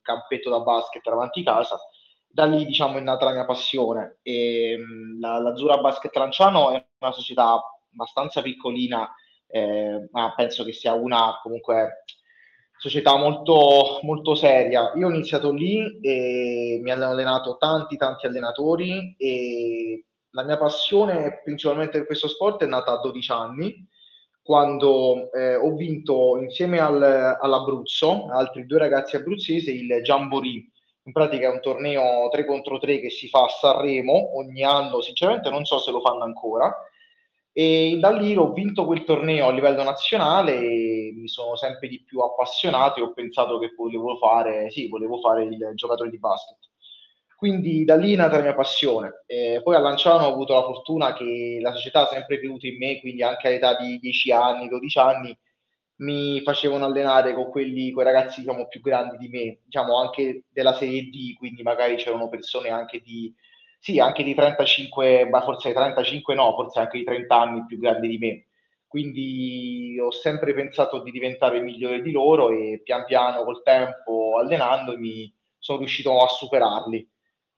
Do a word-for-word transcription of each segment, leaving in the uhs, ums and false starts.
campetto da basket davanti casa. Da lì, diciamo, è nata la mia passione. E, mh, la, l'Azzurra Basket Lanciano è una società abbastanza piccolina, eh, ma penso che sia una comunque società molto, molto seria. Io ho iniziato lì e mi hanno allenato tanti, tanti allenatori e la mia passione principalmente per questo sport è nata a dodici anni, quando eh, ho vinto insieme al, all'Abruzzo, altri due ragazzi abruzzesi, il Jamboree. In pratica è un torneo tre contro tre che si fa a Sanremo ogni anno, sinceramente non so se lo fanno ancora, e da lì ho vinto quel torneo a livello nazionale e mi sono sempre di più appassionato e ho pensato che volevo fare, sì, volevo fare il giocatore di basket. Quindi da lì è nata la mia passione. Eh, poi a Lanciano ho avuto la fortuna che la società ha sempre creduto in me, quindi anche all'età di dieci anni, dodici anni, mi facevano allenare con quelli, con i ragazzi diciamo, più grandi di me, diciamo anche della Serie D, quindi magari c'erano persone anche di, sì, anche di trentacinque, ma forse trentacinque no, forse anche di trenta anni più grandi di me. Quindi ho sempre pensato di diventare migliore di loro e pian piano col tempo allenandomi sono riuscito a superarli.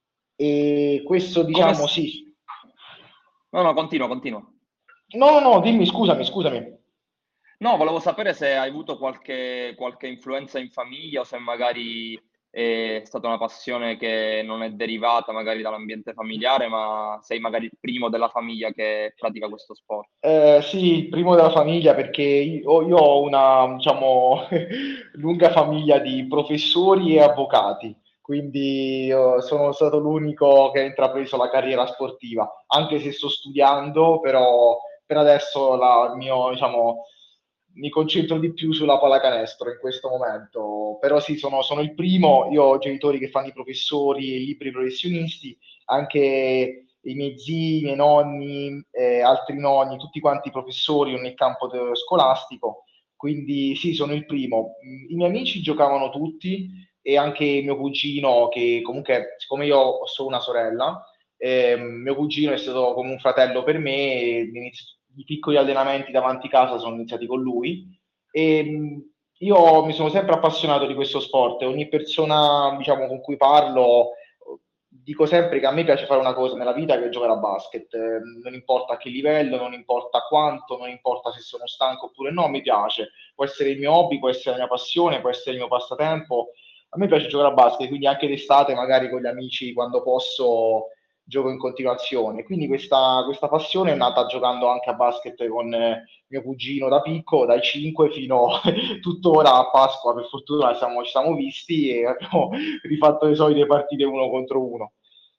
E questo Come... diciamo s- sì. No, no, continua, continua. No, no, no, dimmi, scusami, scusami. No, volevo sapere se hai avuto qualche, qualche influenza in famiglia o se magari è stata una passione che non è derivata magari dall'ambiente familiare, ma sei magari il primo della famiglia che pratica questo sport. Eh, sì, il primo della famiglia perché io, io ho una, diciamo, lunga famiglia di professori e avvocati, quindi eh, sono stato l'unico che ha intrapreso la carriera sportiva, anche se sto studiando, però per adesso la, il mio, diciamo, mi concentro di più sulla pallacanestro in questo momento. Però sì, sono, sono il primo, io ho genitori che fanno i professori e liberi professionisti, anche i miei zii, i miei nonni, eh, altri nonni, tutti quanti professori nel campo de- scolastico, quindi sì, sono il primo. I miei amici giocavano tutti e anche mio cugino, che comunque, siccome io ho solo una sorella, eh, mio cugino è stato come un fratello per me, e l'inizio- i piccoli allenamenti davanti casa sono iniziati con lui e mh, io mi sono sempre appassionato di questo sport e ogni persona, diciamo, con cui parlo dico sempre che a me piace fare una cosa nella vita che è giocare a basket. Eh, non importa a che livello, non importa quanto, non importa se sono stanco oppure no, mi piace. Può essere il mio hobby, può essere la mia passione, può essere il mio passatempo. A me piace giocare a basket, quindi anche d'estate, magari con gli amici, quando posso, gioco in continuazione. Quindi questa, questa passione è nata giocando anche a basket con eh, mio cugino da piccolo, dai cinque fino tuttora a Pasqua, per fortuna siamo, ci siamo visti e abbiamo rifatto le solite partite uno contro uno.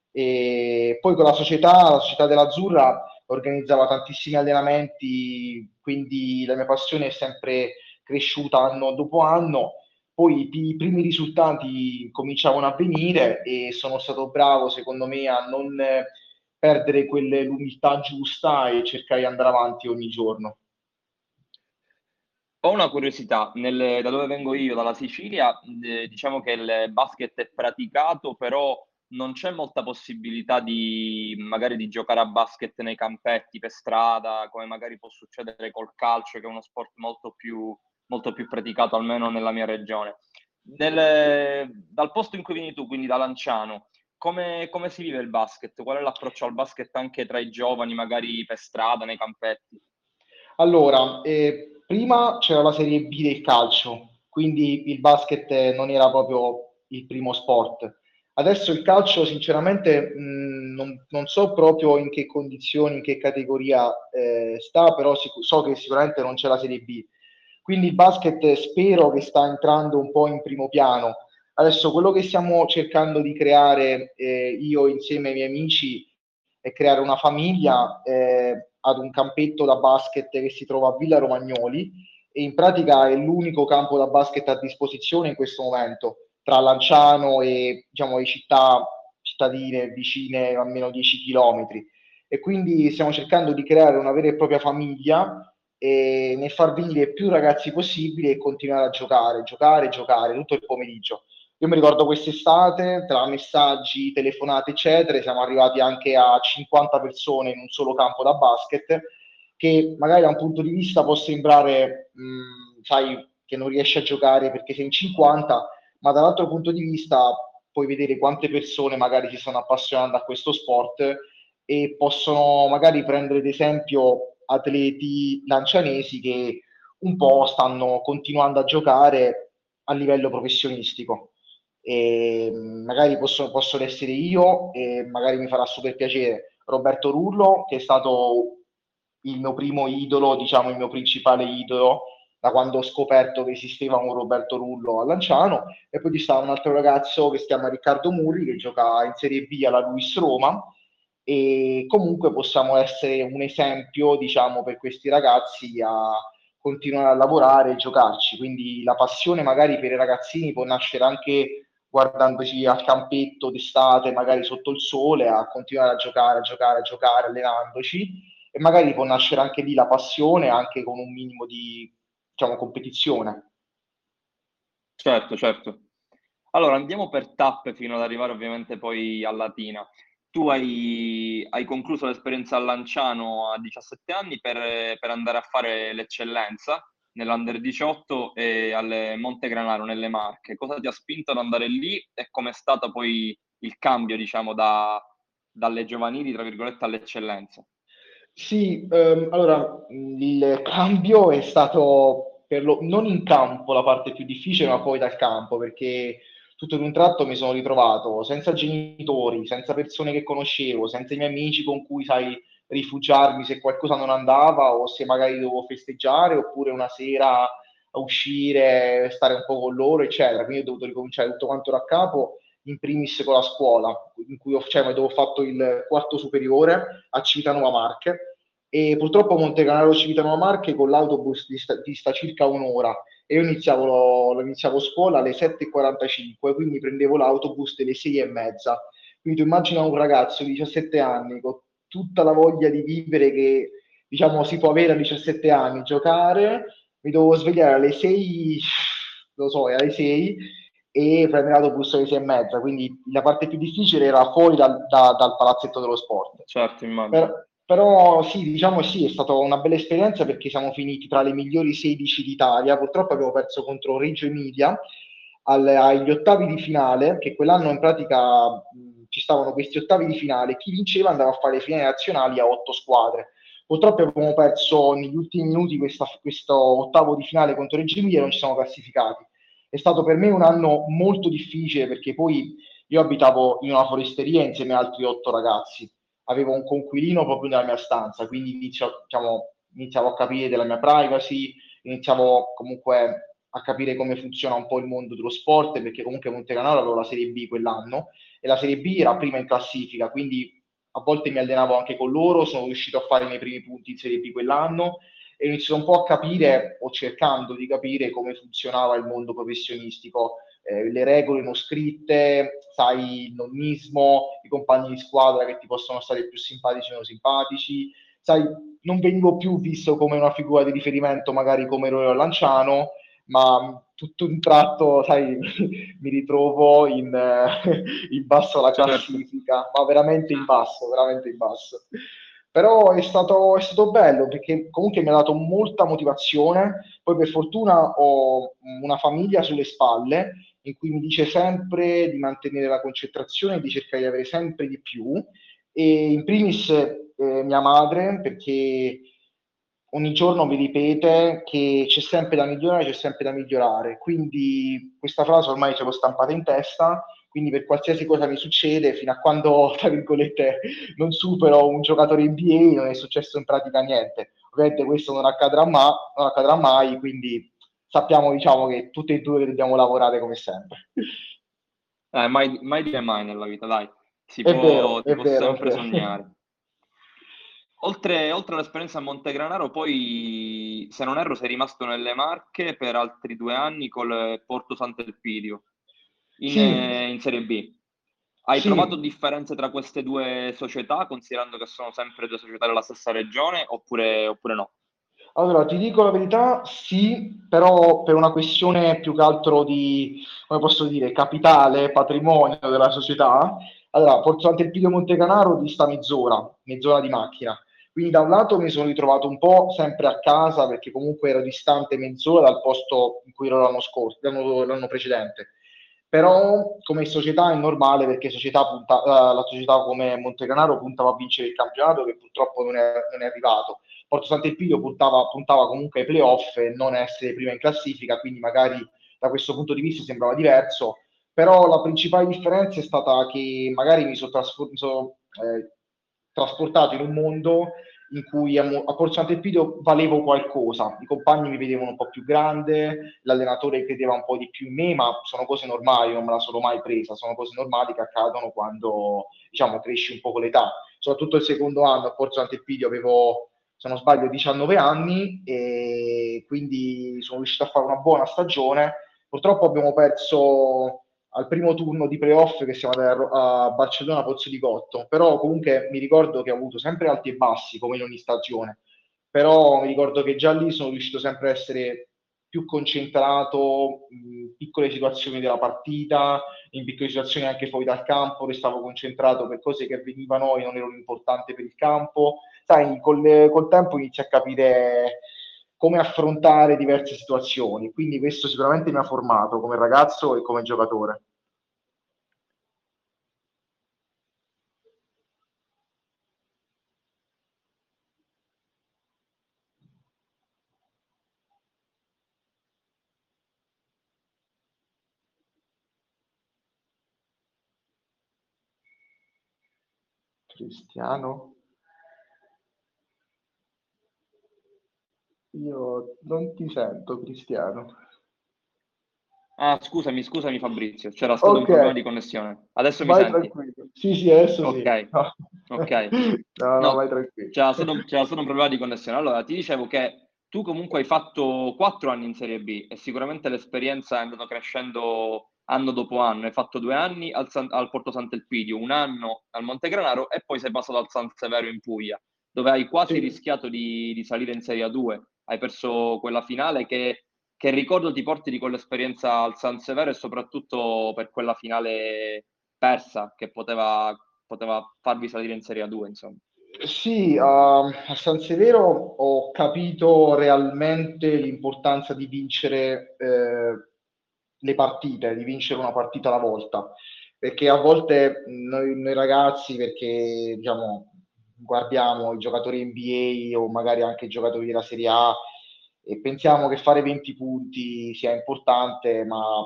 E poi con la società, la società dell'Azzurra organizzava tantissimi allenamenti, quindi la mia passione è sempre cresciuta anno dopo anno. Poi i, i primi risultati cominciavano a venire e sono stato bravo, secondo me, a non eh, perdere quelle, l'umiltà giusta e cercare di andare avanti ogni giorno. Ho una curiosità, nel- da dove vengo io, dalla Sicilia, eh, diciamo che il basket è praticato, però non c'è molta possibilità di magari di giocare a basket nei campetti per strada, come magari può succedere col calcio, che è uno sport molto più, molto più praticato, almeno nella mia regione. Nel- dal posto in cui vieni tu, quindi da Lanciano, come, come si vive il basket? Qual è l'approccio al basket anche tra i giovani, magari per strada, nei campetti? Allora, eh, prima c'era la Serie B del calcio, quindi il basket eh, non era proprio il primo sport. Adesso il calcio, sinceramente, mh, non, non so proprio in che condizioni, in che categoria eh, sta, però sic- so che sicuramente non c'è la Serie B. Quindi il basket eh, spero che sta entrando un po' in primo piano. Adesso quello che stiamo cercando di creare eh, io insieme ai miei amici è creare una famiglia eh, ad un campetto da basket che si trova a Villa Romagnoli e in pratica è l'unico campo da basket a disposizione in questo momento tra Lanciano e diciamo, le città cittadine vicine a meno dieci chilometri e quindi stiamo cercando di creare una vera e propria famiglia e ne far venire più ragazzi possibili e continuare a giocare, giocare, giocare tutto il pomeriggio. Io mi ricordo quest'estate, tra messaggi, telefonate, eccetera, siamo arrivati anche a cinquanta persone in un solo campo da basket, che magari da un punto di vista può sembrare, mh, sai, che non riesci a giocare perché sei in cinquanta, ma dall'altro punto di vista puoi vedere quante persone magari si stanno appassionando a questo sport e possono magari prendere ad esempio atleti lancianesi che un po' stanno continuando a giocare a livello professionistico. E magari posso, possono essere io e magari mi farà super piacere Roberto Rullo, che è stato il mio primo idolo, diciamo il mio principale idolo da quando ho scoperto che esisteva un Roberto Rullo a Lanciano, e poi ci sta un altro ragazzo che si chiama Riccardo Murri che gioca in Serie B alla Luis Roma, e comunque possiamo essere un esempio, diciamo, per questi ragazzi a continuare a lavorare e giocarci. Quindi la passione magari per i ragazzini può nascere anche guardandoci al campetto d'estate, magari sotto il sole, a continuare a giocare, a giocare, a giocare, allenandoci, e magari può nascere anche lì la passione, anche con un minimo di, diciamo, competizione. Certo, certo. Allora andiamo per tappe fino ad arrivare ovviamente poi a Latina. Tu hai, hai concluso l'esperienza a Lanciano a diciassette anni per, per andare a fare l'eccellenza nell'Under diciotto e alle Montegranaro nelle Marche. Cosa ti ha spinto ad andare lì e com'è stato poi il cambio, diciamo, da, dalle giovanili, tra virgolette, all'eccellenza? Sì, ehm, allora il cambio è stato per lo- non in campo la parte più difficile, ma poi dal campo, perché tutto ad un tratto mi sono ritrovato senza genitori, senza persone che conoscevo, senza i miei amici con cui, sai, rifugiarmi se qualcosa non andava o se magari dovevo festeggiare, oppure una sera a uscire, stare un po' con loro, eccetera. Quindi ho dovuto ricominciare tutto quanto da capo, in primis con la scuola, in cui ho, cioè, dove ho fatto il quarto superiore a Civitanova Marche, e purtroppo Montecanaro Civitanova Marche con l'autobus dista, dista circa un'ora, e io iniziavo, lo, lo iniziavo scuola alle sette e quarantacinque, quindi prendevo l'autobus delle sei e mezza. Quindi tu immagina un ragazzo di diciassette anni con tutta la voglia di vivere che, diciamo, si può avere a diciassette anni, giocare, mi dovevo svegliare alle sei, lo so, alle sei, e prendere l'autobus alle sei e mezza, quindi la parte più difficile era fuori dal, da, dal palazzetto dello sport. Certo, immagino. Per, però sì, diciamo sì, è stata una bella esperienza perché siamo finiti tra le migliori sedici d'Italia. Purtroppo abbiamo perso contro Reggio Emilia al, agli ottavi di finale, che quell'anno in pratica mh, ci stavano questi ottavi di finale, chi vinceva andava a fare le finali nazionali a otto squadre. Purtroppo abbiamo perso negli ultimi minuti questa, questo ottavo di finale contro Reggio Emilia e non ci siamo classificati. È stato per me un anno molto difficile perché poi io abitavo in una foresteria insieme a altri otto ragazzi, avevo un conquilino proprio nella mia stanza, quindi inizio, diciamo, iniziavo a capire della mia privacy, iniziavo comunque a capire come funziona un po' il mondo dello sport, perché comunque Montecanaro avevo la Serie B quell'anno e la Serie B era prima in classifica, quindi a volte mi allenavo anche con loro, sono riuscito a fare i miei primi punti in Serie B quell'anno e ho iniziato un po' a capire, o cercando di capire, come funzionava il mondo professionistico, eh, le regole non scritte, sai, il nonnismo, i compagni di squadra che ti possono stare più simpatici o meno simpatici, sai, non venivo più visto come una figura di riferimento, magari come ero a Lanciano, ma tutto un tratto, sai, mi ritrovo in, eh, in basso alla Certo. classifica, ma veramente in basso, veramente in basso. Però è stato, è stato bello perché comunque mi ha dato molta motivazione. Poi per fortuna ho una famiglia sulle spalle in cui mi dice sempre di mantenere la concentrazione e di cercare di avere sempre di più. E in primis eh, mia madre, perché ogni giorno mi ripete che c'è sempre da migliorare, c'è sempre da migliorare. Quindi questa frase ormai ce l'ho stampata in testa, quindi per qualsiasi cosa mi succede, fino a quando, tra virgolette, non supero un giocatore N B A, non è successo in pratica niente. Ovviamente questo non accadrà, ma, non accadrà mai, quindi sappiamo, diciamo, che tutti e due dobbiamo lavorare come sempre. Eh, mai, mai dire mai nella vita, dai. Si È può, vero, si è può vero, è sempre vero. sognare. Oltre, oltre all'esperienza a Montegranaro, poi, se non erro, sei rimasto nelle Marche per altri due anni col Porto Sant'Elpidio in, Sì, eh, in Serie B. Hai trovato sì. differenze tra queste due società, considerando che sono sempre due società della stessa regione, oppure, oppure no? Allora, ti dico la verità, sì, però per una questione più che altro di, come posso dire, capitale, patrimonio della società. Allora, Porto Sant'Elpidio Montecanaro dista mezz'ora, mezz'ora di macchina. Quindi da un lato mi sono ritrovato un po' sempre a casa perché comunque ero distante mezz'ora dal posto in cui ero l'anno scorso, l'anno, l'anno precedente. Però come società è normale, perché società punta, eh, la società come Montegranaro puntava a vincere il campionato, che purtroppo non è, non è arrivato. Porto Sant'Elpidio puntava, puntava comunque ai playoff e non essere prima in classifica, quindi magari da questo punto di vista sembrava diverso, però la principale differenza è stata che magari mi sono, trasfor- mi sono, eh, trasportato in un mondo in cui a, Mo- a Porto Sant'Elpidio valevo qualcosa, i compagni mi vedevano un po' più grande, l'allenatore credeva un po' di più in me, ma sono cose normali, non me la sono mai presa, sono cose normali che accadono quando, diciamo, cresci un po' con l'età. Soprattutto il secondo anno a Porto Sant'Elpidio avevo, se non sbaglio, diciannove anni e quindi sono riuscito a fare una buona stagione. Purtroppo abbiamo perso al primo turno di playoff che siamo andati a, a Barcellona Pozzo di Gotto, però comunque mi ricordo che ho avuto sempre alti e bassi come in ogni stagione, però mi ricordo che già lì sono riuscito sempre a essere più concentrato in piccole situazioni della partita, in piccole situazioni anche fuori dal campo, restavo concentrato per cose che avvenivano e non erano importanti per il campo. Sai, col, col tempo inizi a capire come affrontare diverse situazioni, quindi questo sicuramente mi ha formato come ragazzo e come giocatore. Cristiano? Io non ti sento, Cristiano. Ah, scusami, scusami Fabrizio, c'era stato un Ok, problema di connessione. Adesso mi vai senti? tranquillo. Sì, sì, adesso sì. Ok, No, ok. no, no, vai No, tranquillo. c'era stato, c'era stato un problema di connessione. Allora, ti dicevo che tu comunque hai fatto quattro anni in Serie B e sicuramente l'esperienza è andata crescendo anno dopo anno. Hai fatto due anni al, San- al Porto Sant'Elpidio, un anno al Montegranaro e poi sei passato al San Severo in Puglia, dove hai quasi Sì. rischiato di, di salire in Serie A due. Hai perso quella finale che che ricordo ti porti di quell'esperienza al San Severo e soprattutto per quella finale persa che poteva, poteva farvi salire in Serie A due, insomma. Sì, a, a San Severo ho capito realmente l'importanza di vincere eh, le partite, di vincere una partita alla volta, perché a volte noi, noi ragazzi, perché diciamo, guardiamo i giocatori N B A o magari anche i giocatori della Serie A e pensiamo che fare venti punti sia importante, ma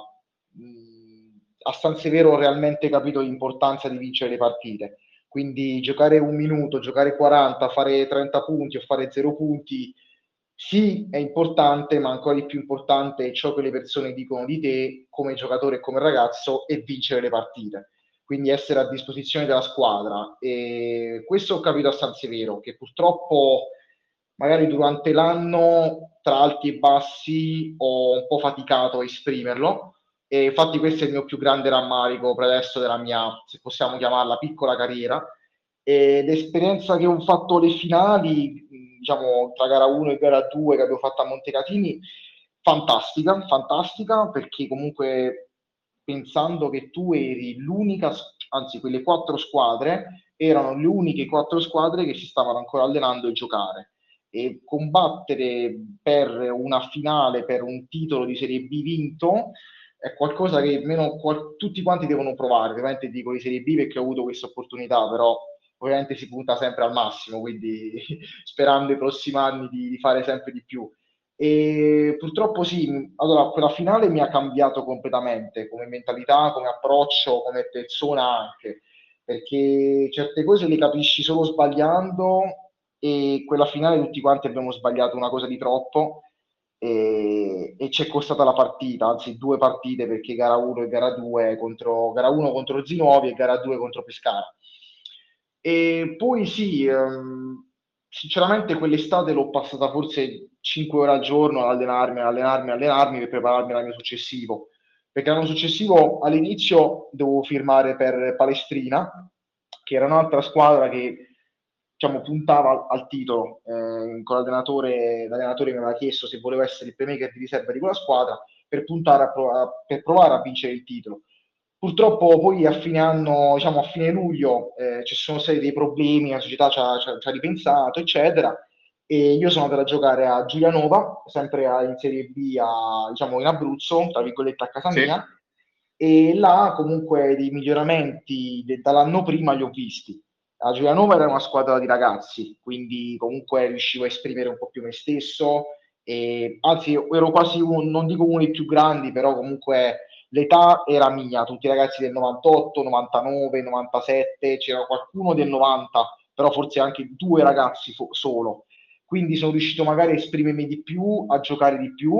mh, a San Severo ho realmente capito l'importanza di vincere le partite, quindi giocare un minuto, giocare quaranta, fare trenta punti o fare zero punti, sì, è importante, ma ancora di più importante è ciò che le persone dicono di te come giocatore e come ragazzo e vincere le partite. Quindi essere a disposizione della squadra. E questo ho capito a San Severo, che purtroppo magari durante l'anno, tra alti e bassi, ho un po' faticato a esprimerlo. E infatti questo è il mio più grande rammarico per adesso della mia, se possiamo chiamarla, piccola carriera. Ed esperienza che ho fatto le finali, diciamo tra gara uno e gara due che abbiamo fatto a Montecatini, fantastica, fantastica perché comunque pensando che tu eri l'unica, anzi quelle quattro squadre erano le uniche quattro squadre che si stavano ancora allenando a giocare e combattere per una finale, per un titolo di Serie B vinto è qualcosa che meno, qual- tutti quanti devono provare. Ovviamente dico di Serie B perché ho avuto questa opportunità, però ovviamente si punta sempre al massimo, quindi sperando i prossimi anni di, di fare sempre di più. E purtroppo sì, allora quella finale mi ha cambiato completamente come mentalità, come approccio, come persona anche, perché certe cose le capisci solo sbagliando e quella finale tutti quanti abbiamo sbagliato una cosa di troppo e, e ci è costata la partita, anzi due partite perché gara uno e gara due contro gara uno contro Zinuovi e gara due contro Pescara. E poi sì, ehm, sinceramente quell'estate l'ho passata forse cinque ore al giorno ad allenarmi, ad allenarmi, ad allenarmi per prepararmi all'anno successivo. Perché l'anno successivo all'inizio dovevo firmare per Palestrina, che era un'altra squadra che diciamo, puntava al, al titolo. Eh, con l'allenatore, l'allenatore mi aveva chiesto se volevo essere il playmaker di riserva di quella squadra per, puntare a, pro- a- per provare a vincere il titolo. Purtroppo poi a fine anno, diciamo a fine luglio, eh, ci sono stati dei problemi, la società ci ha, ci ha- ci ha ripensato, eccetera, e io sono andato a giocare a Giulianova, sempre a- in Serie B, a- diciamo in Abruzzo, tra virgolette a casa Sì, mia, e là comunque dei miglioramenti de- dall'anno prima li ho visti. La Giulianova era una squadra di ragazzi, quindi comunque riuscivo a esprimere un po' più me stesso, e anzi ero quasi un, non dico uno dei più grandi, però comunque l'età era mia, tutti i ragazzi del novantotto, novantanove, novantasette, c'era qualcuno del novanta, però forse anche due ragazzi fo- solo. Quindi sono riuscito magari a esprimermi di più, a giocare di più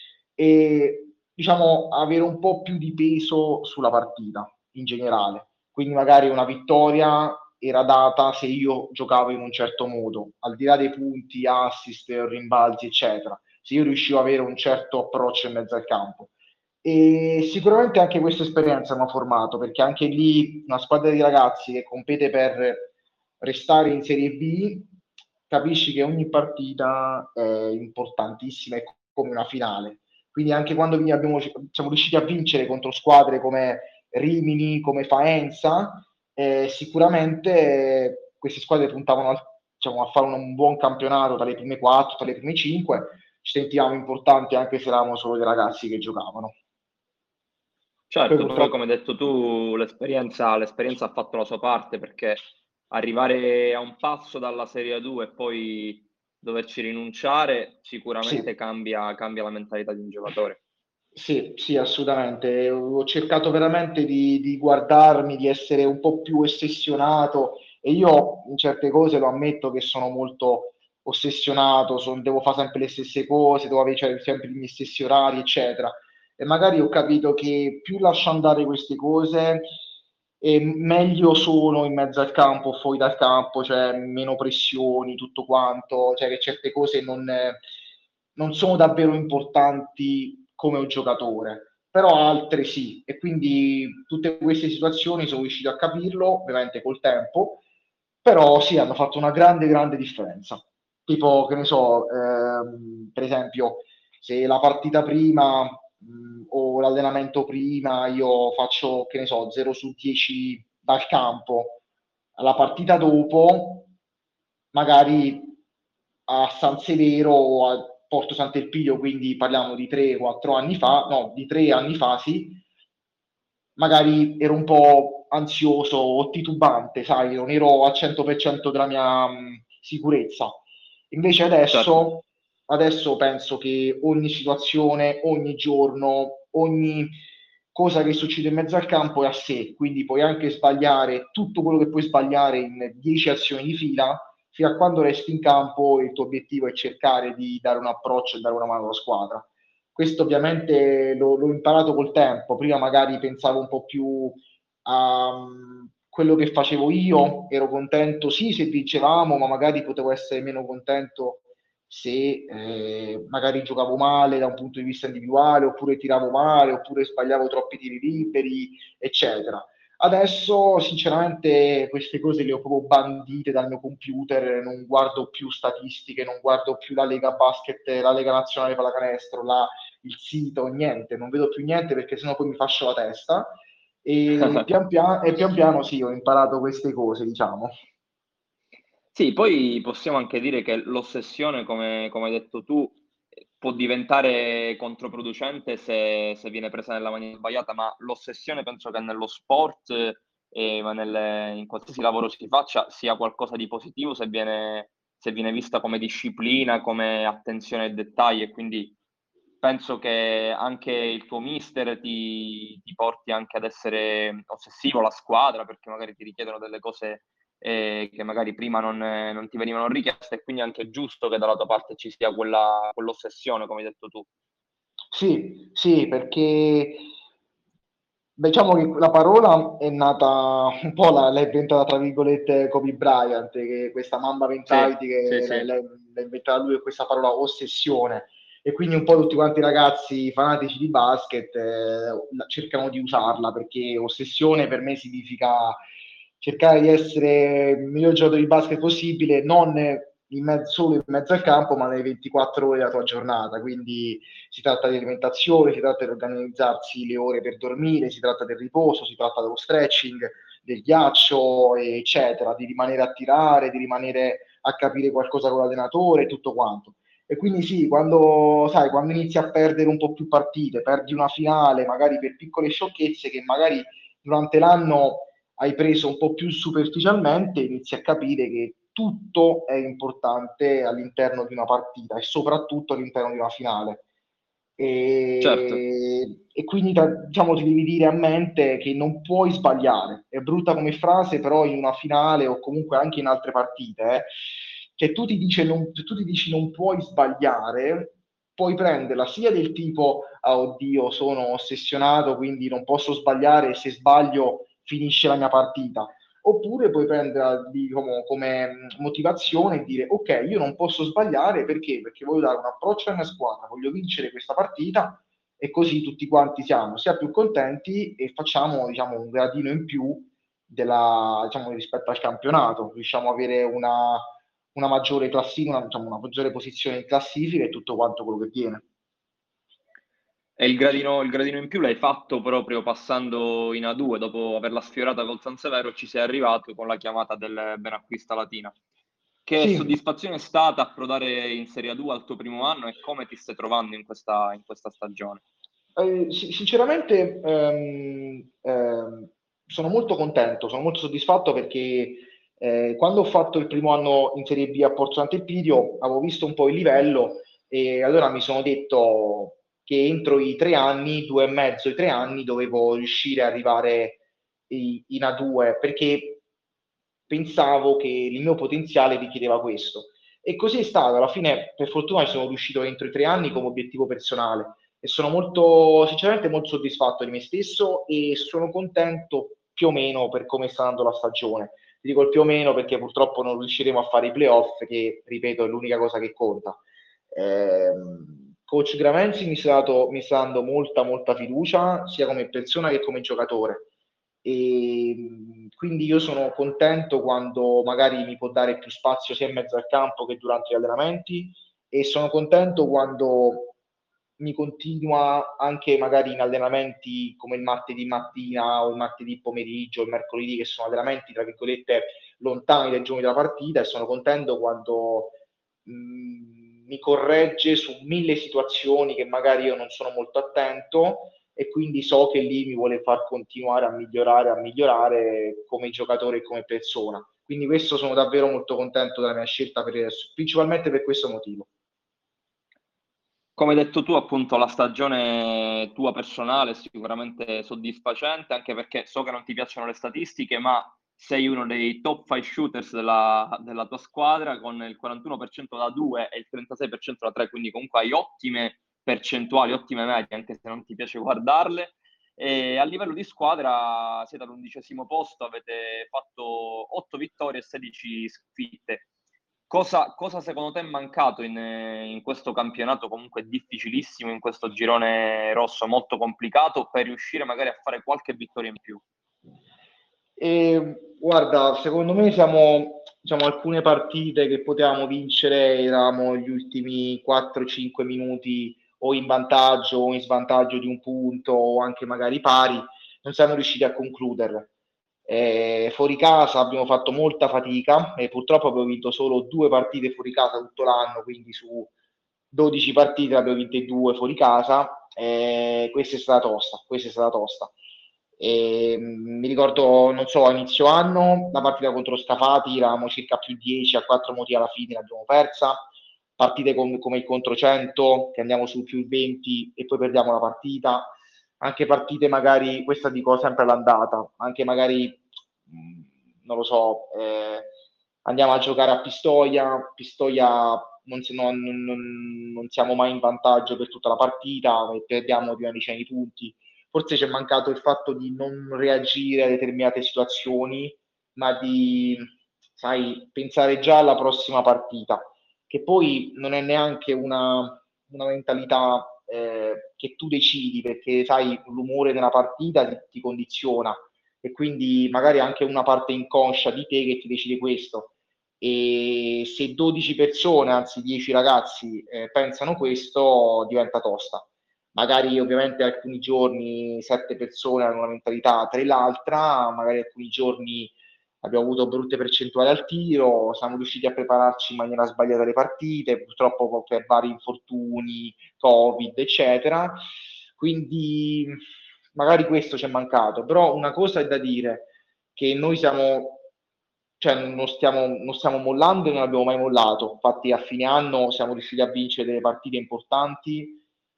e diciamo avere un po' più di peso sulla partita in generale. Quindi magari una vittoria era data se io giocavo in un certo modo, al di là dei punti, assist, rimbalzi, eccetera. Se io riuscivo ad avere un certo approccio in mezzo al campo. E sicuramente anche questa esperienza mi ha formato, perché anche lì una squadra di ragazzi che compete per restare in Serie B, capisci che ogni partita è importantissima, è come una finale. Quindi anche quando abbiamo, siamo riusciti a vincere contro squadre come Rimini, come Faenza, eh, sicuramente eh, queste squadre puntavano al- diciamo, a fare un, un buon campionato tra le prime quattro, tra le prime cinque, ci sentivamo importanti anche se eravamo solo dei ragazzi che giocavano. Poi Certo, poi come purtroppo hai detto tu, l'esperienza, l'esperienza ha fatto la sua parte perché arrivare a un passo dalla Serie A due e poi doverci rinunciare sicuramente sì, cambia, cambia la mentalità di un giocatore. sì, sì, assolutamente. Ho cercato veramente di, di guardarmi, di essere un po' più ossessionato e io in certe cose lo ammetto che sono molto ossessionato, son- devo fare sempre le stesse cose, devo avere cioè, sempre gli stessi orari, eccetera. E magari ho capito che più lascio andare queste cose, e meglio sono in mezzo al campo, fuori dal campo, cioè meno pressioni, tutto quanto, cioè che certe cose non, eh, non sono davvero importanti come un giocatore, però altre sì, e quindi tutte queste situazioni sono riuscito a capirlo, ovviamente col tempo, però sì, hanno fatto una grande, grande differenza. Tipo, che ne so, ehm, per esempio, se la partita prima mh, o l'allenamento prima io faccio, che ne so, zero su dieci dal campo, la partita dopo, magari a San Severo o a Porto Sant'Elpidio, quindi parliamo di tre quattro anni fa, no, di tre anni fa, sì, magari ero un po' ansioso o titubante, sai, non ero al cento per cento della mia mh, sicurezza. Invece Certo. adesso, adesso penso che ogni situazione, ogni giorno, ogni cosa che succede in mezzo al campo è a sé, quindi puoi anche sbagliare tutto quello che puoi sbagliare in dieci azioni di fila, fino a quando resti in campo il tuo obiettivo è cercare di dare un approccio e dare una mano alla squadra. Questo ovviamente l'ho, l'ho imparato col tempo, prima magari pensavo un po' più a um, quello che facevo io, ero contento sì se vincevamo, ma magari potevo essere meno contento se eh, magari giocavo male da un punto di vista individuale, oppure tiravo male, oppure sbagliavo troppi tiri liberi, eccetera. Adesso, sinceramente, queste cose le ho proprio bandite dal mio computer, non guardo più statistiche, non guardo più la Lega Basket, la Lega Nazionale Pallacanestro, la, il sito, niente, non vedo più niente perché sennò poi mi fascio la testa. E pian piano, e pian piano sì, ho imparato queste cose, diciamo. Sì, poi possiamo anche dire che l'ossessione, come, come hai detto tu, eh, può diventare controproducente se, se viene presa nella maniera sbagliata, ma l'ossessione penso che nello sport, eh, ma nelle- in qualsiasi lavoro si faccia, sia qualcosa di positivo se viene, se viene vista come disciplina, come attenzione ai dettagli e quindi penso che anche il tuo mister ti, ti porti anche ad essere ossessivo, la squadra, perché magari ti richiedono delle cose eh, che magari prima non, eh, non ti venivano richieste e quindi è anche giusto che dalla tua parte ci sia quella, quell'ossessione, come hai detto tu. Sì, sì, perché diciamo che la parola è nata un po', la- l'ha inventata tra virgolette Kobe Bryant, che questa Mamba Sì, mentality sì, che l'ha sì. l'ha- l'ha inventata lui, questa parola ossessione. E quindi un po' tutti quanti i ragazzi fanatici di basket eh, la- cercano di usarla perché ossessione per me significa cercare di essere il miglior giocatore di basket possibile, non in mezzo, solo in mezzo al campo, ma nelle ventiquattro ore della tua giornata. Quindi si tratta di alimentazione, si tratta di organizzarsi le ore per dormire, si tratta del riposo, si tratta dello stretching, del ghiaccio, eccetera, di rimanere a tirare, di rimanere a capire qualcosa con l'allenatore e tutto quanto. E quindi sì, quando, sai, quando inizi a perdere un po' più partite, perdi una finale, magari per piccole sciocchezze che magari durante l'anno hai preso un po' più superficialmente, inizi a capire che tutto è importante all'interno di una partita e soprattutto all'interno di una finale. Certo. E, e quindi tra- diciamo, ti devi dire a mente che non puoi sbagliare. È brutta come frase, però in una finale o comunque anche in altre partite, eh, che tu ti dici non, tu ti dici non puoi sbagliare, puoi prenderla sia del tipo, ah, oddio, sono ossessionato, quindi non posso sbagliare, se sbaglio finisce la mia partita. Oppure puoi prenderla diciamo, come mh, motivazione e dire, ok, io non posso sbagliare perché? Perché voglio dare un approccio alla mia squadra, voglio vincere questa partita e così tutti quanti siamo sia più contenti e facciamo diciamo, un gradino in più della, diciamo, rispetto al campionato, riusciamo ad avere una, una maggiore classifica, una, diciamo, una maggiore posizione in classifica e tutto quanto quello che viene. E il gradino, il gradino in più l'hai fatto proprio passando in A due, dopo averla sfiorata col San Severo ci sei arrivato con la chiamata del Benacquista Latina. Che Sì, soddisfazione è stata approdare in Serie A due al tuo primo anno e come ti stai trovando in questa, in questa stagione? Eh, si- sinceramente ehm, ehm, sono molto contento, sono molto soddisfatto perché eh, quando ho fatto il primo anno in Serie B a Porto Sant'Epidio avevo visto un po' il livello e allora mi sono detto che entro i tre anni, due e mezzo, i tre anni, dovevo riuscire ad arrivare i- in A due perché pensavo che il mio potenziale richiedeva questo. E così è stato, alla fine per fortuna ci sono riuscito entro i tre anni come obiettivo personale e sono molto, sinceramente molto soddisfatto di me stesso e sono contento più o meno per come sta andando la stagione. Ti dico il più o meno perché purtroppo non riusciremo a fare i playoff, che ripeto è l'unica cosa che conta. Ehm, Coach Gravenzi mi sta, dato- mi sta dando molta, molta fiducia, sia come persona che come giocatore. E mh, quindi io sono contento quando magari mi può dare più spazio sia in mezzo al campo che durante gli allenamenti e sono contento quando mi continua anche magari in allenamenti come il martedì mattina o il martedì pomeriggio, o il mercoledì, che sono allenamenti tra virgolette lontani dai giorni della partita e sono contento quando mh, mi corregge su mille situazioni che magari io non sono molto attento e quindi so che lì mi vuole far continuare a migliorare, a migliorare come giocatore e come persona. Quindi questo sono davvero molto contento della mia scelta, per, principalmente per questo motivo. Come hai detto tu, appunto, la stagione tua personale è sicuramente soddisfacente, anche perché so che non ti piacciono le statistiche, ma sei uno dei top five shooters della, della tua squadra, con il quarantuno per cento da due e il trentasei per cento da tre, quindi comunque hai ottime percentuali, ottime medie, anche se non ti piace guardarle. E a livello di squadra siete all'undicesimo posto, avete fatto otto vittorie e sedici sconfitte. Cosa, cosa secondo te è mancato in, in questo campionato comunque difficilissimo, in questo girone rosso molto complicato, per riuscire magari a fare qualche vittoria in più? E, guarda, secondo me siamo, diciamo, alcune partite che potevamo vincere, eravamo gli ultimi quattro cinque minuti o in vantaggio o in svantaggio di un punto o anche magari pari, non siamo riusciti a concluderle. Eh, fuori casa abbiamo fatto molta fatica e purtroppo abbiamo vinto solo due partite fuori casa tutto l'anno, quindi su dodici partite abbiamo vinte due fuori casa. Eh, questa è stata tosta, questa è stata tosta. E, mh, mi ricordo, non so, a inizio anno, la partita contro Scafati, eravamo circa più dieci a quattro moti alla fine, l'abbiamo persa. Partite com- come il contro cento, che andiamo su più venti e poi perdiamo la partita. Anche partite magari, questa dico sempre all'andata, anche magari, mh, non lo so, eh, andiamo a giocare a Pistoia, Pistoia non, si- non- non- non siamo mai in vantaggio per tutta la partita e perdiamo di una decina di punti. Forse ci è mancato il fatto di non reagire a determinate situazioni, ma di, sai, pensare già alla prossima partita, che poi non è neanche una, una mentalità eh, che tu decidi, perché sai, l'umore nella partita ti, ti condiziona e quindi magari anche una parte inconscia di te che ti decide questo. E se dodici persone, anzi dieci ragazzi, eh, pensano questo, diventa tosta. Magari ovviamente alcuni giorni sette persone hanno una mentalità, tre l'altra, magari alcuni giorni abbiamo avuto brutte percentuali al tiro, siamo riusciti a prepararci in maniera sbagliata le partite, purtroppo per vari infortuni, Covid, eccetera. Quindi magari questo ci è mancato, però una cosa è da dire, che noi siamo, cioè non stiamo, non stiamo mollando e non abbiamo mai mollato. Infatti a fine anno siamo riusciti a vincere delle partite importanti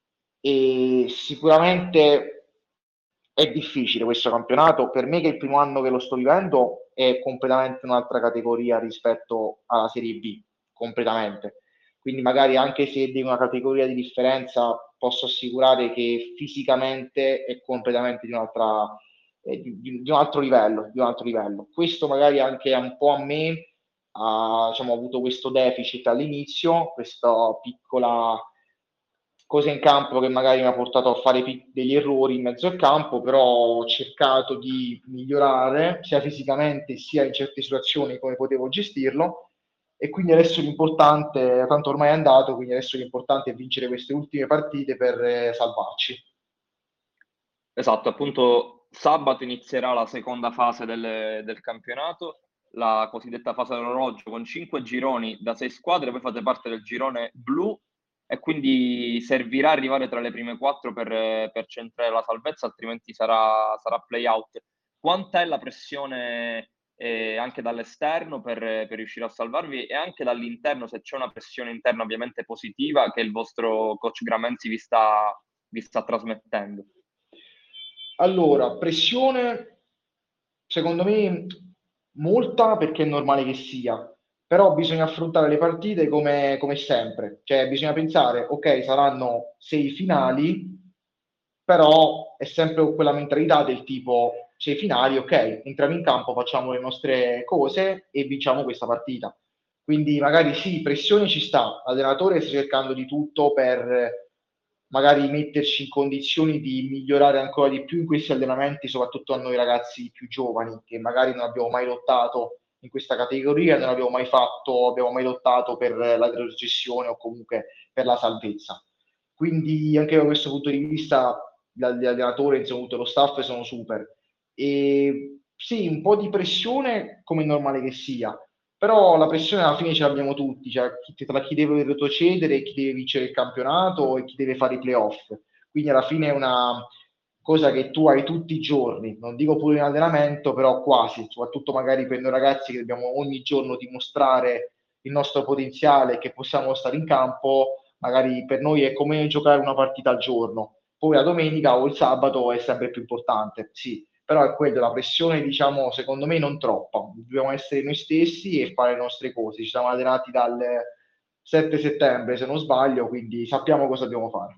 e sicuramente è difficile questo campionato. Per me, che è il primo anno che lo sto vivendo, è completamente un'altra categoria rispetto alla Serie B, completamente. Quindi magari anche se di una categoria di differenza, posso assicurare che fisicamente è completamente di un'altra, eh, di, di- di un altro livello, di un altro livello. Questo magari anche un po' a me ha, diciamo, avuto questo deficit all'inizio, questa piccola cosa in campo che magari mi ha portato a fare pic- degli errori in mezzo al campo, però ho cercato di migliorare sia fisicamente sia in certe situazioni come potevo gestirlo. E quindi adesso l'importante, tanto ormai è andato, quindi adesso l'importante è vincere queste ultime partite per eh, salvarci. Esatto, appunto sabato inizierà la seconda fase del, del campionato, la cosiddetta fase dell'orologio con cinque gironi da sei squadre, poi fate parte del girone blu e quindi servirà arrivare tra le prime quattro per, per centrare la salvezza, altrimenti sarà, sarà play-out. Quanta è la pressione eh, anche dall'esterno per, per riuscire a salvarvi e anche dall'interno, se c'è una pressione interna ovviamente positiva che il vostro coach Gramenzi vi sta, vi sta trasmettendo? Allora, pressione, secondo me, molta perché è normale che sia, però bisogna affrontare le partite come, come sempre, cioè bisogna pensare, ok, saranno sei finali, però è sempre con quella mentalità del tipo, sei finali, ok, entriamo in campo, facciamo le nostre cose e vinciamo questa partita. Quindi magari sì, pressione ci sta, l'allenatore sta cercando di tutto per magari metterci in condizioni di migliorare ancora di più in questi allenamenti, soprattutto a noi ragazzi più giovani, che magari non abbiamo mai lottato in questa categoria, non abbiamo mai fatto, abbiamo mai lottato per la retrocessione o comunque per la salvezza. Quindi anche da questo punto di vista l'allenatore, insomma, tutto lo staff sono super. E sì, un po' di pressione come è normale che sia, però la pressione alla fine ce l'abbiamo tutti, cioè chi- tra chi deve retrocedere, chi deve vincere il campionato e chi deve fare i playoff. Quindi alla fine è una cosa che tu hai tutti i giorni, non dico pure in allenamento, però quasi, soprattutto magari per noi ragazzi che dobbiamo ogni giorno dimostrare il nostro potenziale, che possiamo stare in campo, magari per noi è come giocare una partita al giorno. Poi la domenica o il sabato è sempre più importante, sì, però è quello, la pressione, diciamo, secondo me non troppa. Dobbiamo essere noi stessi e fare le nostre cose. Ci siamo allenati dal sette settembre, se non sbaglio, quindi sappiamo cosa dobbiamo fare.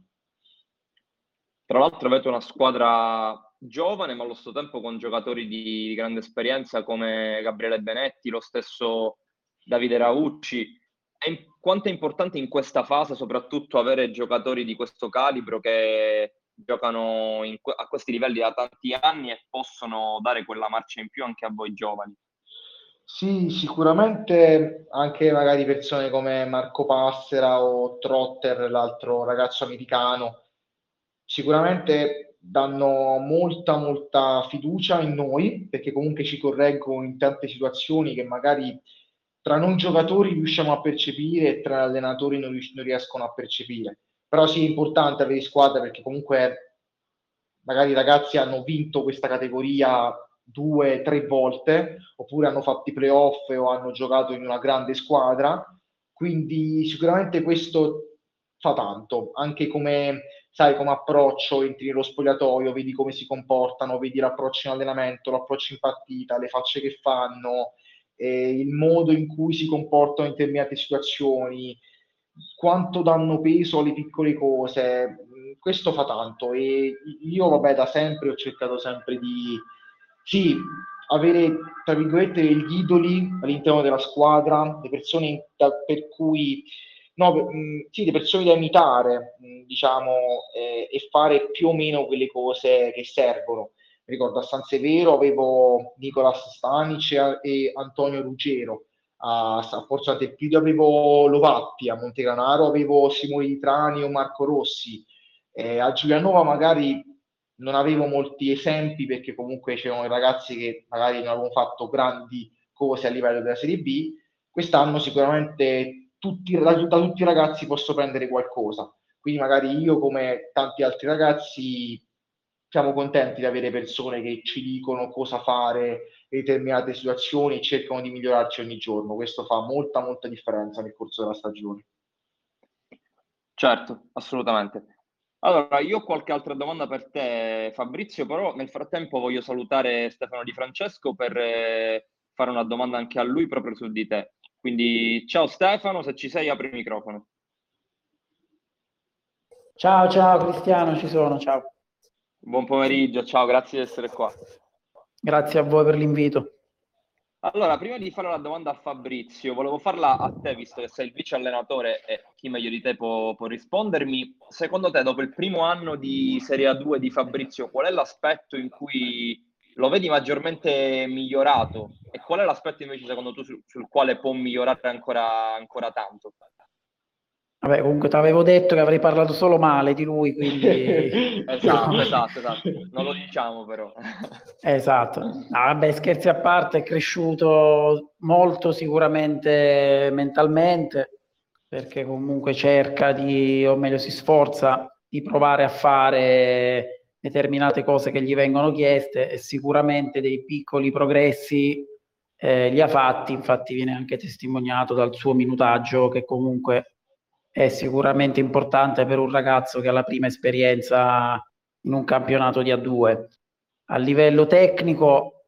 Tra l'altro avete una squadra giovane, ma allo stesso tempo con giocatori di, di grande esperienza come Gabriele Benetti, lo stesso Davide Raucci. È in- quanto è importante in questa fase soprattutto avere giocatori di questo calibro che giocano in que- a questi livelli da tanti anni e possono dare quella marcia in più anche a voi giovani? Sì, sicuramente anche magari persone come Marco Passera o Trotter, l'altro ragazzo americano, sicuramente danno molta, molta fiducia in noi, perché comunque ci correggono in tante situazioni che magari tra noi giocatori riusciamo a percepire e tra allenatori non, rius- non riescono a percepire. Però sì, è importante avere squadra perché comunque magari i ragazzi hanno vinto questa categoria due, tre volte, oppure hanno fatto i playoff o hanno giocato in una grande squadra, quindi sicuramente questo fa tanto, anche come, sai, come approccio, entri nello spogliatoio, vedi come si comportano, vedi l'approccio in allenamento, l'approccio in partita, le facce che fanno, eh, il modo in cui si comportano in determinate situazioni, quanto danno peso alle piccole cose, mh, questo fa tanto e io, vabbè, da sempre ho cercato sempre di, sì, avere, tra virgolette, degli idoli all'interno della squadra, le persone da- per cui, no, per- mh, sì, le persone da imitare, mh, diciamo, eh, e fare più o meno quelle cose che servono. Mi ricordo a San Severo avevo Nicolas Stanic e e Antonio Ruggero, a, a Porto Sant'Elpidio avevo Lovatti, a Montegranaro avevo Simone Di Trani o Marco Rossi, eh, a Giulianova magari non avevo molti esempi perché comunque c'erano i ragazzi che magari non avevano fatto grandi cose a livello della Serie B. Quest'anno sicuramente tutti, da, da tutti i ragazzi posso prendere qualcosa, quindi magari io come tanti altri ragazzi siamo contenti di avere persone che ci dicono cosa fare in determinate situazioni e cercano di migliorarci ogni giorno. Questo fa molta molta differenza nel corso della stagione. Certo, assolutamente. Allora, io ho qualche altra domanda per te, Fabrizio, però nel frattempo voglio salutare Stefano Di Francesco per eh, fare una domanda anche a lui proprio su di te. Quindi, ciao Stefano, se ci sei, apri il microfono. Ciao, ciao Cristiano, ci sono, ciao. Buon pomeriggio, ciao, grazie di essere qua. Grazie a voi per l'invito. Allora, prima di fare la domanda a Fabrizio, volevo farla a te, visto che sei il vice allenatore e chi meglio di te può, può rispondermi. Secondo te, dopo il primo anno di Serie A due di Fabrizio, qual è l'aspetto in cui lo vedi maggiormente migliorato e qual è l'aspetto invece secondo tu sul, sul quale può migliorare ancora, ancora tanto? Vabbè, comunque ti avevo detto che avrei parlato solo male di lui, quindi... Esatto, esatto, esatto. Non lo diciamo però. Esatto. No, vabbè, scherzi a parte, è cresciuto molto sicuramente mentalmente, perché comunque cerca di, o meglio si sforza di provare a fare determinate cose che gli vengono chieste e sicuramente dei piccoli progressi eh, li ha fatti, infatti viene anche testimoniato dal suo minutaggio che comunque è sicuramente importante per un ragazzo che ha la prima esperienza in un campionato di A due. A livello tecnico,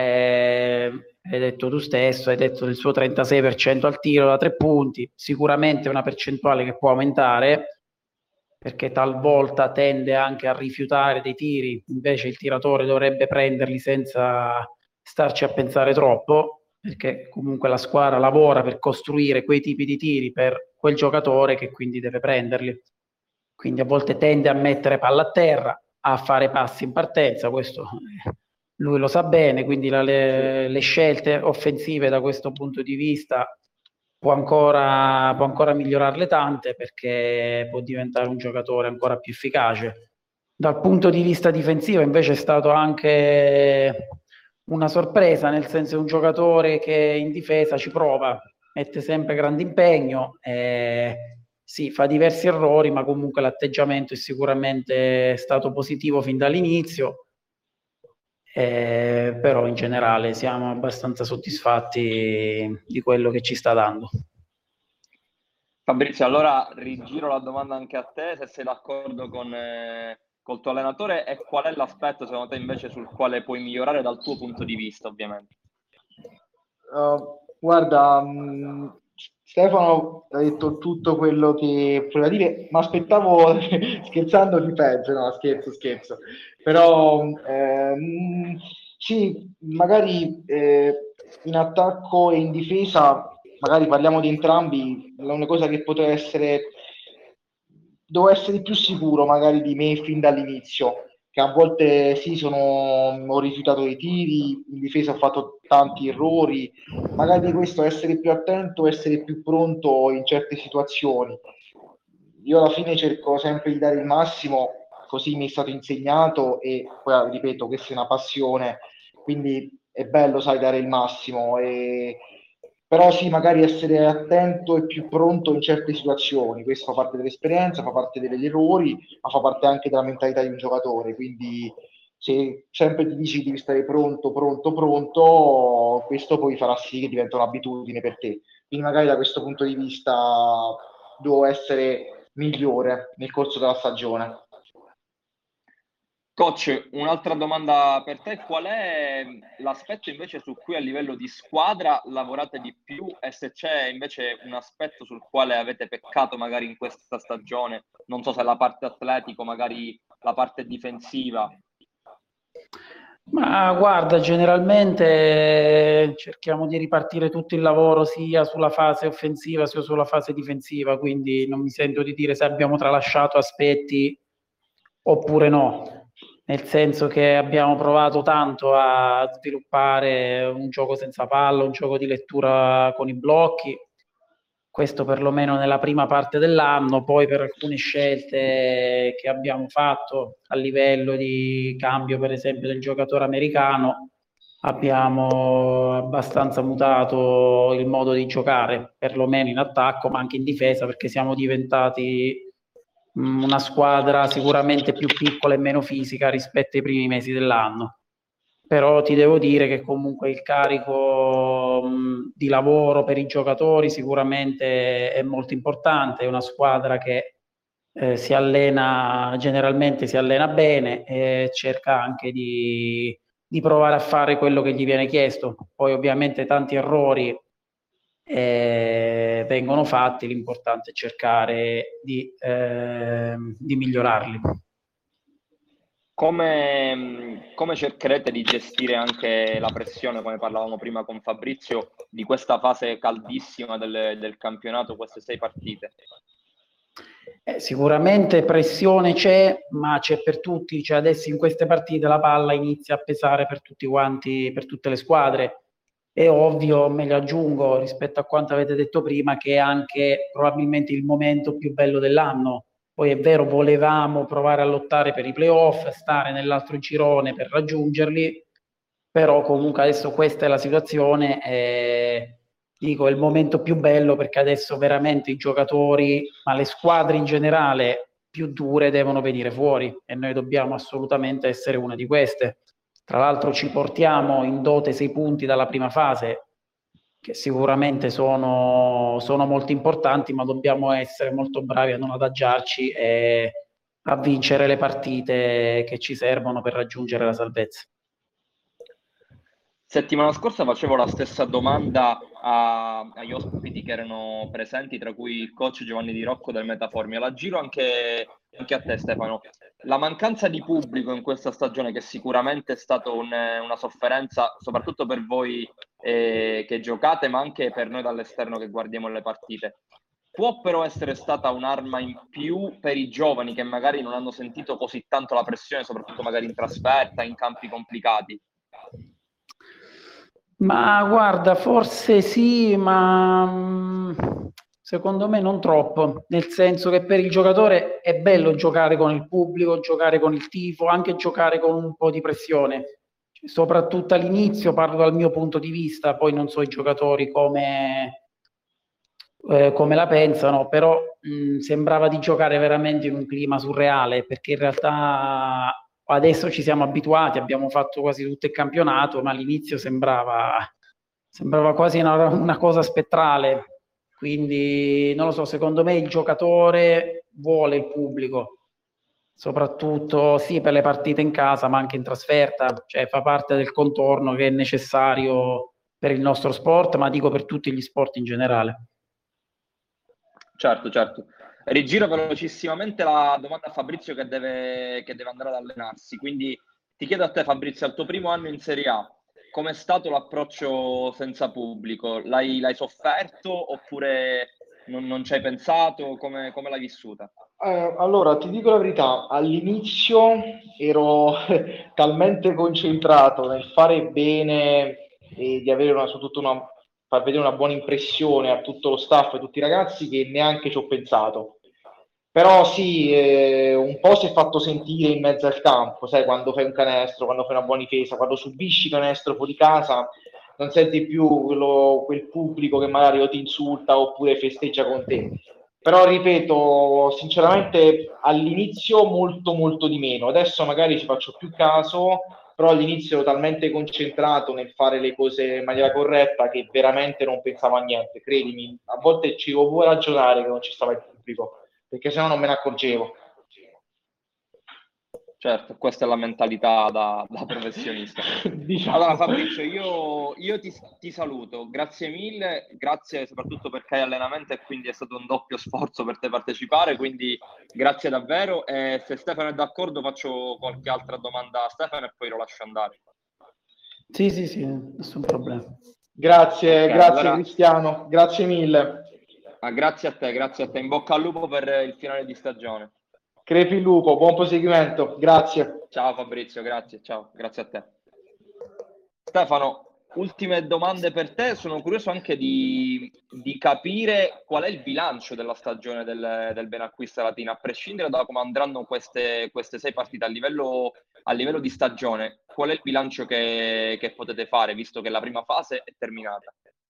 eh, hai detto tu stesso, hai detto del suo trentasei per cento al tiro da tre punti, sicuramente una percentuale che può aumentare, perché talvolta tende anche a rifiutare dei tiri, invece il tiratore dovrebbe prenderli senza starci a pensare troppo, perché comunque la squadra lavora per costruire quei tipi di tiri per quel giocatore che quindi deve prenderli. Quindi a volte tende a mettere palla a terra, a fare passi in partenza, questo eh, lui lo sa bene, quindi la, le, le scelte offensive da questo punto di vista può ancora, può ancora migliorarle tante perché può diventare un giocatore ancora più efficace. Dal punto di vista difensivo invece è stato anche una sorpresa, nel senso è un giocatore che in difesa ci prova, mette sempre grande impegno, eh, sì, fa diversi errori, ma comunque l'atteggiamento è sicuramente stato positivo fin dall'inizio, eh, però in generale siamo abbastanza soddisfatti di quello che ci sta dando. Fabrizio, allora rigiro la domanda anche a te, se sei d'accordo con eh, col tuo allenatore e qual è l'aspetto secondo te invece sul quale puoi migliorare dal tuo punto di vista, ovviamente. Uh, guarda, mh, Stefano ha detto tutto quello che voleva dire, ma aspettavo, scherzando, di peggio, no, scherzo, scherzo. Però ehm, sì, magari eh, in attacco e in difesa, magari parliamo di entrambi, una cosa che potrebbe essere, devo essere più sicuro magari di me fin dall'inizio, che a volte sì, sono, ho rifiutato dei tiri, in difesa ho fatto tanti errori, magari questo, essere più attento, essere più pronto in certe situazioni. Io alla fine cerco sempre di dare il massimo, così mi è stato insegnato e poi ripeto, questa è una passione, quindi è bello, sai, dare il massimo. E... Però sì, magari essere attento e più pronto in certe situazioni, questo fa parte dell'esperienza, fa parte degli errori, ma fa parte anche della mentalità di un giocatore, quindi se sempre ti dici che devi stare pronto, pronto, pronto, questo poi farà sì che diventa un'abitudine per te. Quindi magari da questo punto di vista devo essere migliore nel corso della stagione. Coach, un'altra domanda per te, qual è l'aspetto invece su cui a livello di squadra lavorate di più e se c'è invece un aspetto sul quale avete peccato magari in questa stagione, non so se la parte atletico, magari la parte difensiva? Ma guarda, generalmente cerchiamo di ripartire tutto il lavoro sia sulla fase offensiva sia sulla fase difensiva, quindi non mi sento di dire se abbiamo tralasciato aspetti oppure no, nel senso che abbiamo provato tanto a sviluppare un gioco senza palla, un gioco di lettura con i blocchi, questo perlomeno nella prima parte dell'anno, poi per alcune scelte che abbiamo fatto a livello di cambio per esempio del giocatore americano abbiamo abbastanza mutato il modo di giocare, perlomeno in attacco, ma anche in difesa, perché siamo diventati mh, una squadra sicuramente più piccola e meno fisica rispetto ai primi mesi dell'anno. Però ti devo dire che comunque il carico mh, di lavoro per i giocatori sicuramente è molto importante, è una squadra che eh, si allena, generalmente si allena bene e cerca anche di, di provare a fare quello che gli viene chiesto. Poi ovviamente tanti errori eh, vengono fatti, l'importante è cercare di, eh, di migliorarli. Come, come cercherete di gestire anche la pressione, come parlavamo prima con Fabrizio, di questa fase caldissima del, del campionato, queste sei partite? Eh, sicuramente pressione c'è, ma c'è per tutti, cioè adesso in queste partite la palla inizia a pesare per tutti quanti, per tutte le squadre. È ovvio, meglio aggiungo rispetto a quanto avete detto prima, che è anche probabilmente il momento più bello dell'anno. Poi è vero, volevamo provare a lottare per i playoff, stare nell'altro girone per raggiungerli, però comunque adesso questa è la situazione. E dico, è il momento più bello perché adesso veramente i giocatori, ma le squadre in generale più dure devono venire fuori e noi dobbiamo assolutamente essere una di queste. Tra l'altro ci portiamo in dote sei punti dalla prima fase, che sicuramente sono, sono molto importanti, ma dobbiamo essere molto bravi a non adagiarci e a vincere le partite che ci servono per raggiungere la salvezza. Settimana scorsa facevo la stessa domanda a- agli ospiti che erano presenti, tra cui il coach Giovanni Di Rocco del Metaformia. La giro anche, anche a te, Stefano. La mancanza di pubblico in questa stagione, che sicuramente è stata un- una sofferenza, soprattutto per voi eh, che giocate, ma anche per noi dall'esterno che guardiamo le partite, può però essere stata un'arma in più per i giovani che magari non hanno sentito così tanto la pressione, soprattutto magari in trasferta, in campi complicati. Ma guarda, forse sì, ma mh, secondo me non troppo, nel senso che per il giocatore è bello giocare con il pubblico, giocare con il tifo, anche giocare con un po' di pressione, soprattutto all'inizio, parlo dal mio punto di vista, poi non so i giocatori come, eh, come la pensano, però mh, sembrava di giocare veramente in un clima surreale, perché in realtà adesso ci siamo abituati, abbiamo fatto quasi tutto il campionato, ma all'inizio sembrava, sembrava quasi una, una cosa spettrale. Quindi non lo so, secondo me il giocatore vuole il pubblico, soprattutto sì per le partite in casa, ma anche in trasferta, cioè fa parte del contorno che è necessario per il nostro sport, ma dico per tutti gli sport in generale. Certo, certo. Rigiro velocissimamente la domanda a Fabrizio che deve, che deve andare ad allenarsi. Quindi ti chiedo a te, Fabrizio, al tuo primo anno in Serie A, com'è stato l'approccio senza pubblico? L'hai, l'hai sofferto oppure non, non ci hai pensato? Come, come l'hai vissuta? Eh, allora, ti dico la verità, all'inizio ero talmente concentrato nel fare bene e di avere una, soprattutto una, far vedere una buona impressione a tutto lo staff e a tutti i ragazzi che neanche ci ho pensato. Però sì, eh, un po' si è fatto sentire in mezzo al campo, sai, quando fai un canestro, quando fai una buona difesa, quando subisci canestro fuori casa, non senti più quello- quel pubblico che magari o ti insulta oppure festeggia con te. Però ripeto, sinceramente all'inizio molto molto di meno, adesso magari ci faccio più caso, però all'inizio ero talmente concentrato nel fare le cose in maniera corretta che veramente non pensavo a niente, credimi, a volte ci devo pure ragionare che non ci stava il pubblico, perché sennò non me ne accorgevo. Certo, questa è la mentalità da, da professionista. Diciamo. Allora Fabrizio, io, io ti, ti saluto, grazie mille, grazie soprattutto perché hai allenamento e quindi è stato un doppio sforzo per te partecipare, quindi grazie davvero e se Stefano è d'accordo faccio qualche altra domanda a Stefano e poi lo lascio andare. Sì, sì, sì, nessun problema. Grazie, Ok, grazie allora Cristiano, grazie mille. ah, grazie a te, grazie a te, in bocca al lupo per il finale di stagione. Crepi il lupo, buon proseguimento, grazie. Ciao Fabrizio, grazie, ciao, grazie a te. Stefano, ultime domande per te. Sono curioso anche di, di capire qual è il bilancio della stagione del, del Benacquista Latina, a prescindere da come andranno queste, queste sei partite a livello, a livello di stagione. Qual è il bilancio che, che potete fare, visto che la prima fase è terminata?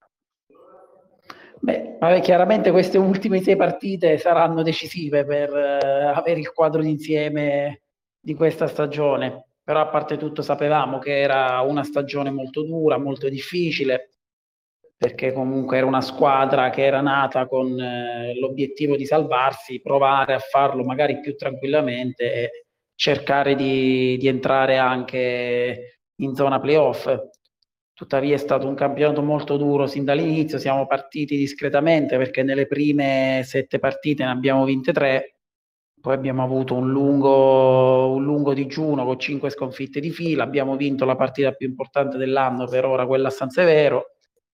Beh, vabbè, chiaramente queste ultime sei partite saranno decisive per eh, avere il quadro d'insieme di questa stagione, però a parte tutto sapevamo che era una stagione molto dura, molto difficile, perché comunque era una squadra che era nata con eh, l'obiettivo di salvarsi, provare a farlo magari più tranquillamente e cercare di, di entrare anche in zona playoff. Tuttavia è stato un campionato molto duro sin dall'inizio, siamo partiti discretamente perché nelle prime sette partite ne abbiamo vinte tre, poi abbiamo avuto un lungo, un lungo digiuno con cinque sconfitte di fila, abbiamo vinto la partita più importante dell'anno per ora, quella a San Severo,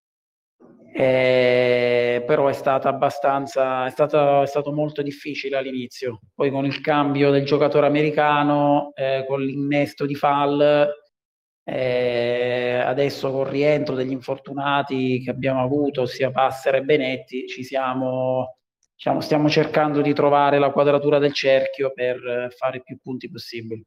eh, però è stata abbastanza, è stato, è stato molto difficile all'inizio. Poi con il cambio del giocatore americano, eh, con l'innesto di Fall, eh, adesso col rientro degli infortunati che abbiamo avuto, sia Passera e Benetti, ci siamo, diciamo, stiamo cercando di trovare la quadratura del cerchio per fare più punti possibili.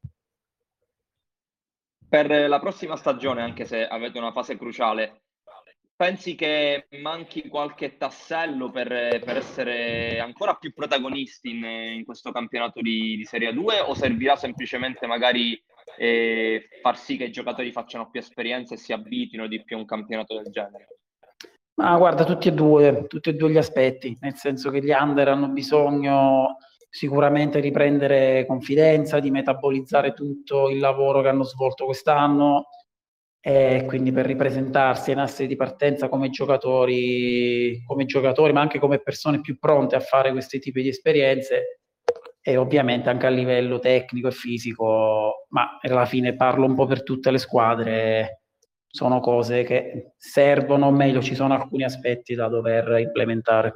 Per la prossima stagione, anche se avete una fase cruciale, pensi che manchi qualche tassello per, per essere ancora più protagonisti in, in questo campionato di, di Serie due, o servirà semplicemente magari eh, far sì che i giocatori facciano più esperienza e si abituino di più a un campionato del genere? Ma guarda, tutti e due, tutti e due gli aspetti, nel senso che gli under hanno bisogno sicuramente di prendere confidenza, di metabolizzare tutto il lavoro che hanno svolto quest'anno, e quindi per ripresentarsi in asse di partenza come giocatori, come giocatori, ma anche come persone più pronte a fare questi tipi di esperienze, e ovviamente anche a livello tecnico e fisico, ma alla fine parlo un po' per tutte le squadre, sono cose che servono, o meglio ci sono alcuni aspetti da dover implementare.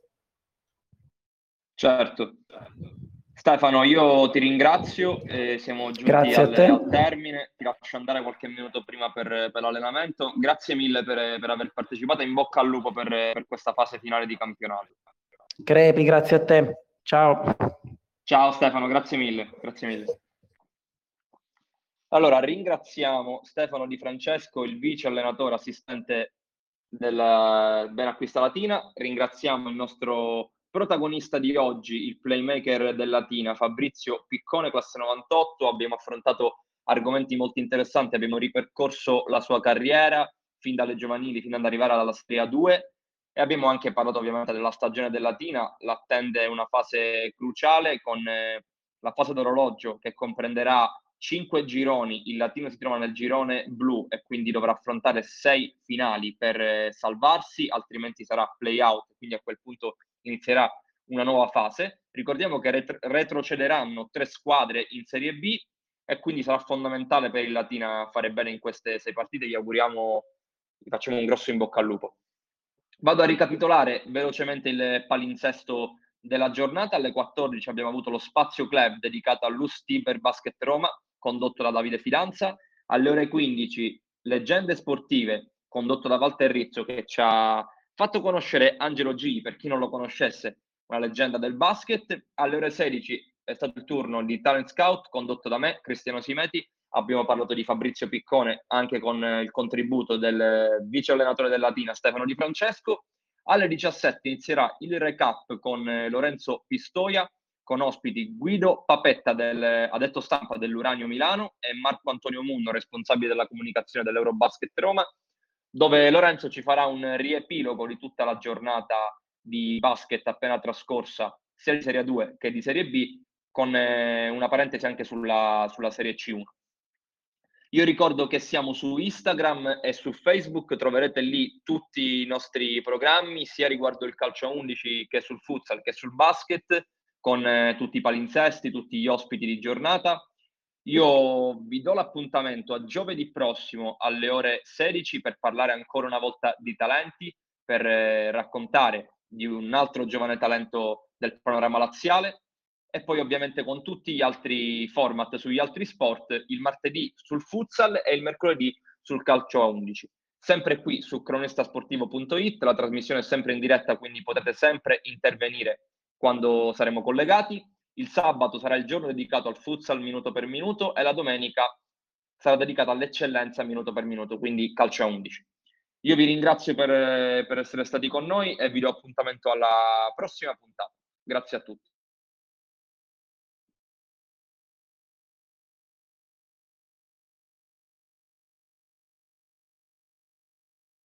Certo. Stefano, io ti ringrazio, eh, siamo giunti al, al termine, ti lascio andare qualche minuto prima per, per l'allenamento. Grazie mille per, per aver partecipato, in bocca al lupo per, per questa fase finale di campionato. Crepi, grazie a te. Ciao. Ciao Stefano, grazie mille. Grazie mille. Allora, ringraziamo Stefano Di Francesco, il vice allenatore assistente del Benacquista Latina. Ringraziamo il nostro protagonista di oggi, il playmaker del Latina, Fabrizio Piccone, classe novantotto. Abbiamo affrontato argomenti molto interessanti, abbiamo ripercorso la sua carriera fin dalle giovanili fino ad arrivare alla Serie A due, e abbiamo anche parlato ovviamente della stagione del Latina. L'attende una fase cruciale con eh, la fase d'orologio che comprenderà cinque gironi. Il Latino si trova nel girone blu e quindi dovrà affrontare sei finali per eh, salvarsi, altrimenti sarà play-out, quindi a quel punto inizierà una nuova fase. Ricordiamo che ret- retrocederanno tre squadre in Serie B e quindi sarà fondamentale per il Latina fare bene in queste sei partite. Gli auguriamo, gli facciamo un grosso in bocca al lupo. Vado a ricapitolare velocemente il palinsesto della giornata. Alle quattordici abbiamo avuto lo Spazio Club dedicato all'U S Tiber Basket Roma, condotto da Davide Fidanza. Alle ore quindici Leggende Sportive, condotto da Walter Rizzo, che ci ha fatto conoscere Angelo G, per chi non lo conoscesse, una leggenda del basket. Alle ore sedici è stato il turno di Talent Scout, condotto da me, Cristiano Simeti. Abbiamo parlato di Fabrizio Piccone, anche con il contributo del vice allenatore del Latina, Stefano Di Francesco. Alle diciassette inizierà il recap con Lorenzo Pistoia, con ospiti Guido Papetta, del addetto stampa dell'Uranio Milano, e Marco Antonio Munno, responsabile della comunicazione dell'Eurobasket Roma, dove Lorenzo ci farà un riepilogo di tutta la giornata di basket appena trascorsa, sia di Serie due che di Serie B, con eh, una parentesi anche sulla, sulla Serie C uno. Io ricordo che siamo su Instagram e su Facebook, troverete lì tutti i nostri programmi, sia riguardo il calcio a undici che sul futsal che sul basket, con eh, tutti i palinsesti, tutti gli ospiti di giornata. Io vi do l'appuntamento a giovedì prossimo alle ore sedici per parlare ancora una volta di talenti, per eh, raccontare di un altro giovane talento del panorama laziale, e poi ovviamente con tutti gli altri format sugli altri sport, il martedì sul futsal e il mercoledì sul calcio a undici. sempre qui su cronistasportivo punto it, la trasmissione è sempre in diretta, quindi potete sempre intervenire quando saremo collegati. Il sabato sarà il giorno dedicato al futsal minuto per minuto e la domenica sarà dedicata all'eccellenza minuto per minuto, quindi calcio a undici. Io vi ringrazio per, per essere stati con noi e vi do appuntamento alla prossima puntata. Grazie a tutti.